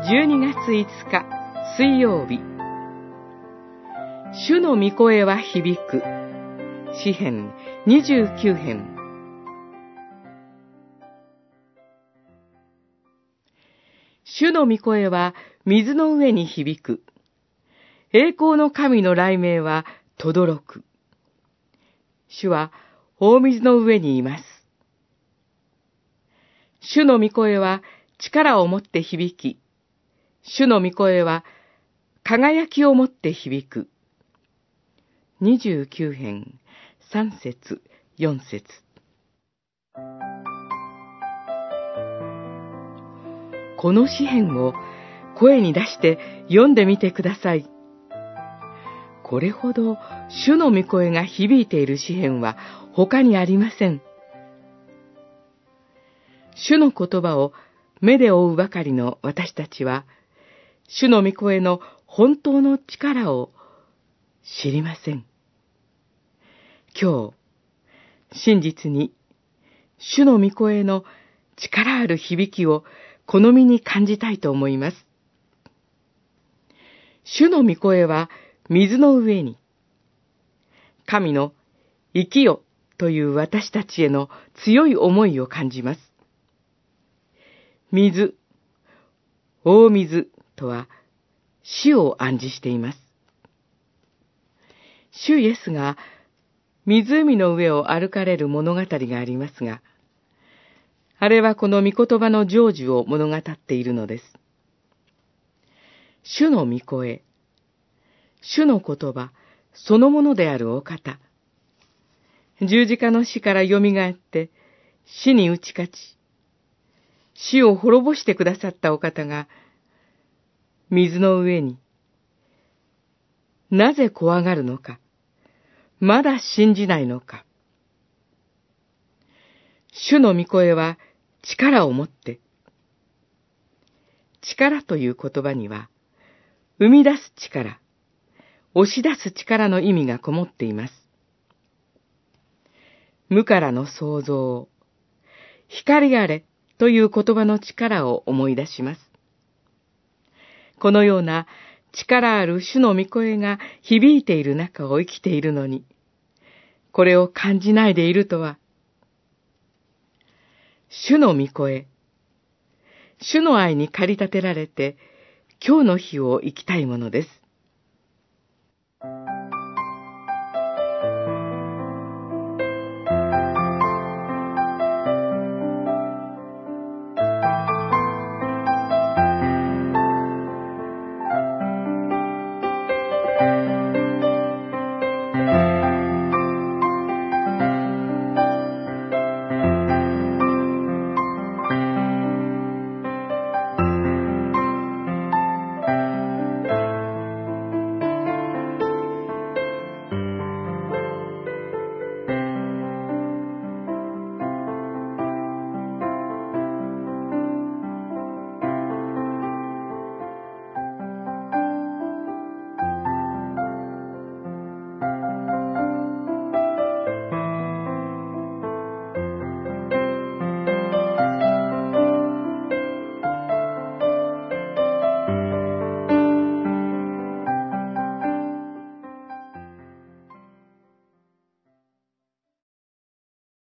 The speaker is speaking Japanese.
12月5日水曜日、主の御声は響く。詩編29編。主の御声は水の上に響く。栄光の神の雷鳴は轟く。主は大水の上にいます。主の御声は力をもって響き、主の御声は輝きをもって響く。29編3節4節。この詩編を声に出して読んでみてください。これほど主の御声が響いている詩編は他にありません。主の言葉を目で追うばかりの私たちは、主の御声の本当の力を知りません。今日、真実に主の御声の力ある響きを好みに感じたいと思います。主の御声は水の上に、神の生きよという私たちへの強い思いを感じます。水、大水とは死を暗示しています。主イエスが湖の上を歩かれる物語がありますが、あれはこの御言葉の成就を物語っているのです。主の御声、主の言葉そのものであるお方、十字架の死からよみがえって死に打ち勝ち、死を滅ぼしてくださったお方が水の上に、なぜ怖がるのか、まだ信じないのか。主の御声は力をもって、力という言葉には、生み出す力、押し出す力の意味がこもっています。無からの創造、光あれという言葉の力を思い出します。このような力ある主の御声が響いている中を生きているのに、これを感じないでいるとは、主の御声、主の愛に駆り立てられて、今日の日を生きたいものです。